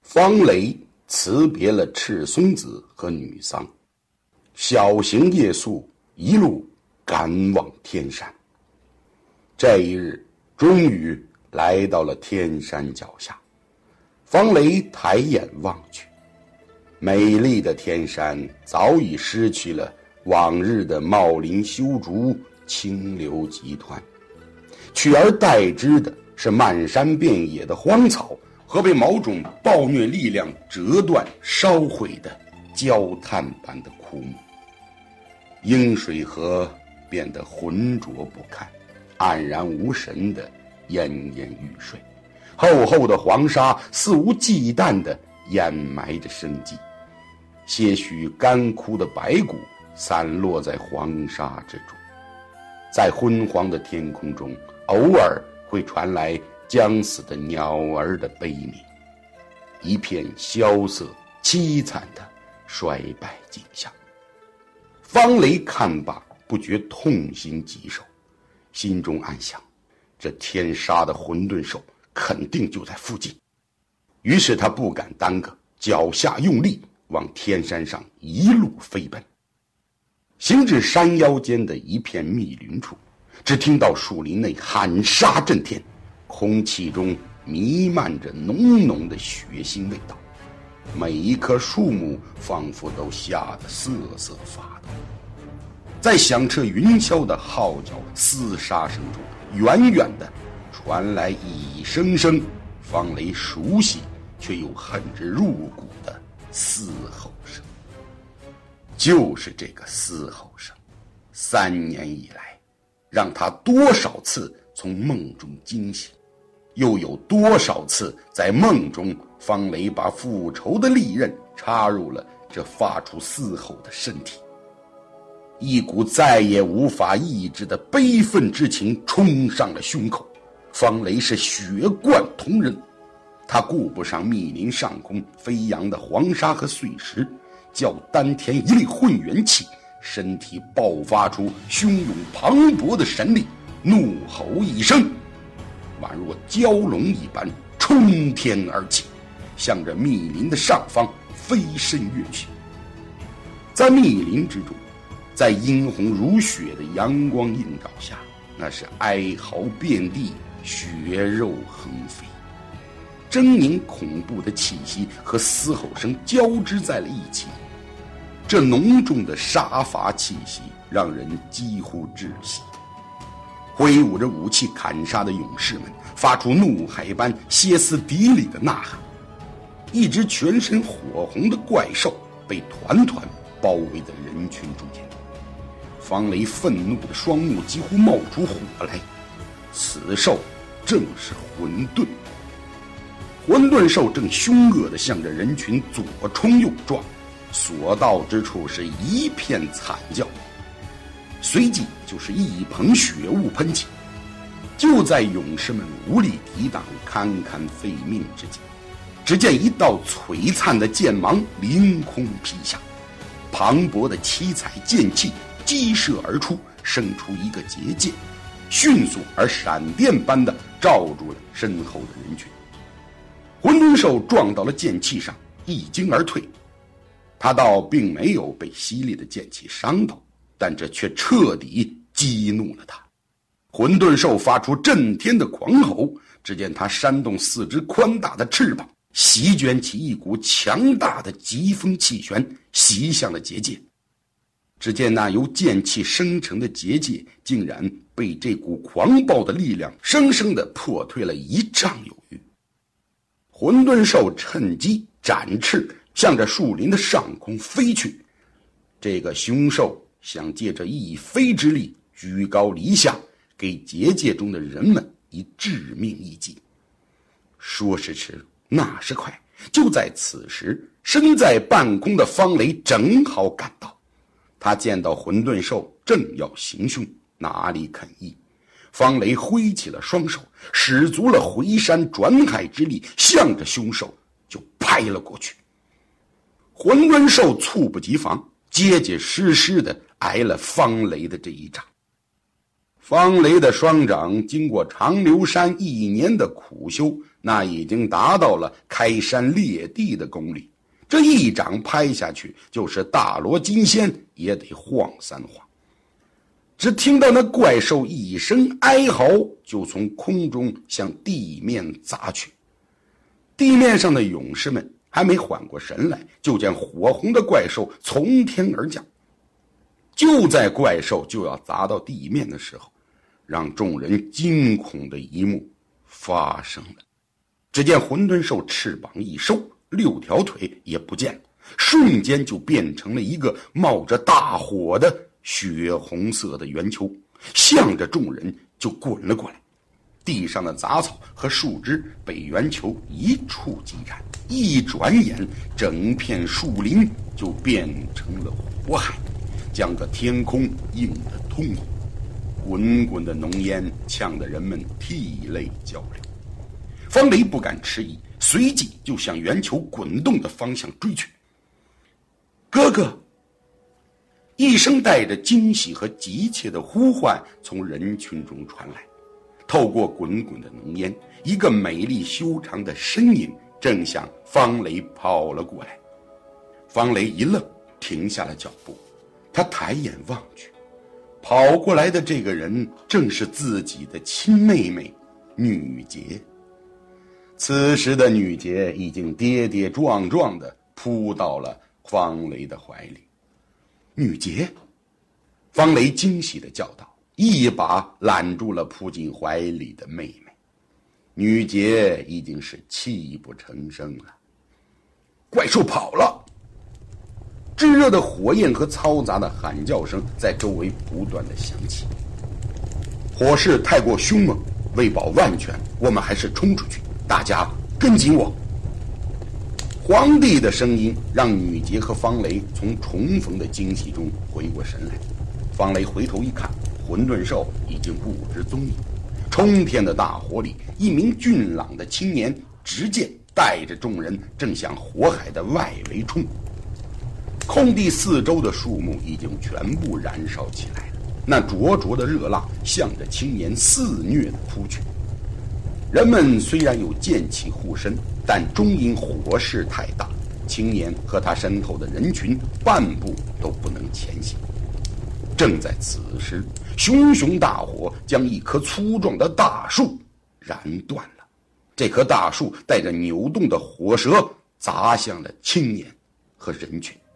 方雷辞别了赤松子和女桑，小行夜宿，一路赶往天山。这一日终于来到了天山脚下，方雷抬眼望去，美丽的天山早已失去了往日的茂林修竹、清流急湍，取而代之的是漫山遍野的荒草和被某种暴虐力量折断烧毁的焦炭般的枯木。鹰水河变得浑浊不堪，黯然无神的奄奄欲睡，厚厚的黄沙肆无忌惮地掩埋着生机，些许干枯的白骨散落在黄沙之中。在昏黄的天空中，偶尔会传来将死的鸟儿的悲鸣，一片萧瑟凄惨的衰败景象。方雷看罢不觉痛心疾首，心中暗想，这天杀的混沌兽肯定就在附近。于是他不敢耽搁，脚下用力往天山上一路飞奔。行至山腰间的一片密林处，只听到树林内喊杀震天，空气中弥漫着浓浓的血腥味道，每一棵树木仿佛都吓得瑟瑟发抖。在响彻云霄的号角厮杀声中，远远的传来一声声方雷熟悉却又恨之入骨的嘶吼声。就是这个嘶吼声，3年以来让他多少次从梦中惊醒，又有多少次在梦中方雷把复仇的利刃插入了这发出嘶吼的身体。一股再也无法抑制的悲愤之情冲上了胸口，方雷是血贯瞳仁，他顾不上密林上空飞扬的黄沙和碎石，较丹田一粒混元气，身体爆发出汹涌磅礴的神力，怒吼一声，宛若蛟龙一般冲天而起，向着密林的上方飞身跃去。在密林之中，在殷红如血的阳光映照下，那是哀嚎遍地，血肉横飞，狰狞恐怖的气息和嘶吼声交织在了一起，这浓重的杀伐气息让人几乎窒息。挥舞着武器砍杀的勇士们发出怒海般歇斯底里的呐喊，一只全身火红的怪兽被团团包围在人群中间。方雷愤怒的双目几乎冒出火来，此兽正是混沌。混沌兽正凶恶地向着人群左冲右撞，所到之处是一片惨叫，随即就是一捧血雾喷起。就在勇士们无力抵挡，堪堪废命之际，只见一道璀璨的剑芒凌空劈下，磅礴的七彩剑气激射而出，生出一个结界，迅速而闪电般的罩住了身后的人群。混沌兽撞到了剑气上，一惊而退。他倒并没有被犀利的剑气伤到，但这却彻底激怒了他。混沌兽发出震天的狂吼，只见他扇动4只宽大的翅膀，席卷起一股强大的疾风气旋，袭向了结界。只见那由剑气生成的结界竟然被这股狂暴的力量生生地破退了1丈有余。混沌兽趁机展翅向着树林的上空飞去，这个凶兽想借着一飞之力居高临下，给结界中的人们以致命一击。说时迟，那时快，就在此时，身在半空的方雷正好赶到。他见到混沌兽正要行凶，哪里肯依。方雷挥起了双手，使足了回山转海之力，向着凶兽就拍了过去。混沌兽猝不及防，结结实实地挨了方雷的这一掌。 方雷的双掌经过长留山1年的苦修，那已经达到了开山裂地的功力。这一掌拍下去，就是大罗金仙也得晃3晃。只听到那怪兽一声哀嚎，就从空中向地面砸去。地面上的勇士们还没缓过神来，就见火红的怪兽从天而降。就在怪兽就要砸到地面的时候，让众人惊恐的一幕发生了。只见混沌兽翅膀一收，6条腿也不见了，瞬间就变成了一个冒着大火的血红色的圆球，向着众人就滚了过来。地上的杂草和树枝被圆球一触即燃，一转眼整片树林就变成了火海，将个天空映得通红。滚滚的浓烟呛得人们涕泪交流。方雷不敢迟疑，随即就向圆球滚动的方向追去。哥哥！一声带着惊喜和急切的呼唤从人群中传来。透过滚滚的浓烟，一个美丽修长的身影正向方雷跑了过来。方雷一愣，停下了脚步。他抬眼望去，跑过来的这个人正是自己的亲妹妹女杰。此时的女杰已经跌跌撞撞地扑到了方雷的怀里。女杰！方雷惊喜地叫道，一把揽住了扑进怀里的妹妹。女杰已经是泣不成声了。怪兽跑了！炙热的火焰和嘈杂的喊叫声在周围不断的响起。火势太过凶猛，为保万全，我们还是冲出去，大家跟紧我。皇帝的声音让女杰和方雷从重逢的惊喜中回过神来。方雷回头一看，混沌兽已经不知踪影。冲天的大火里，一名俊朗的青年执剑带着众人正向火海的外围冲。空地四周的树木已经全部燃烧起来了，那灼灼的热浪向着青年肆虐地扑去。人们虽然有剑气护身，但终因火势太大，青年和他身后的人群半步都不能前行。正在此时，熊熊大火将一棵粗壮的大树燃断了。这棵大树带着扭动的火舌砸向了青年和人群。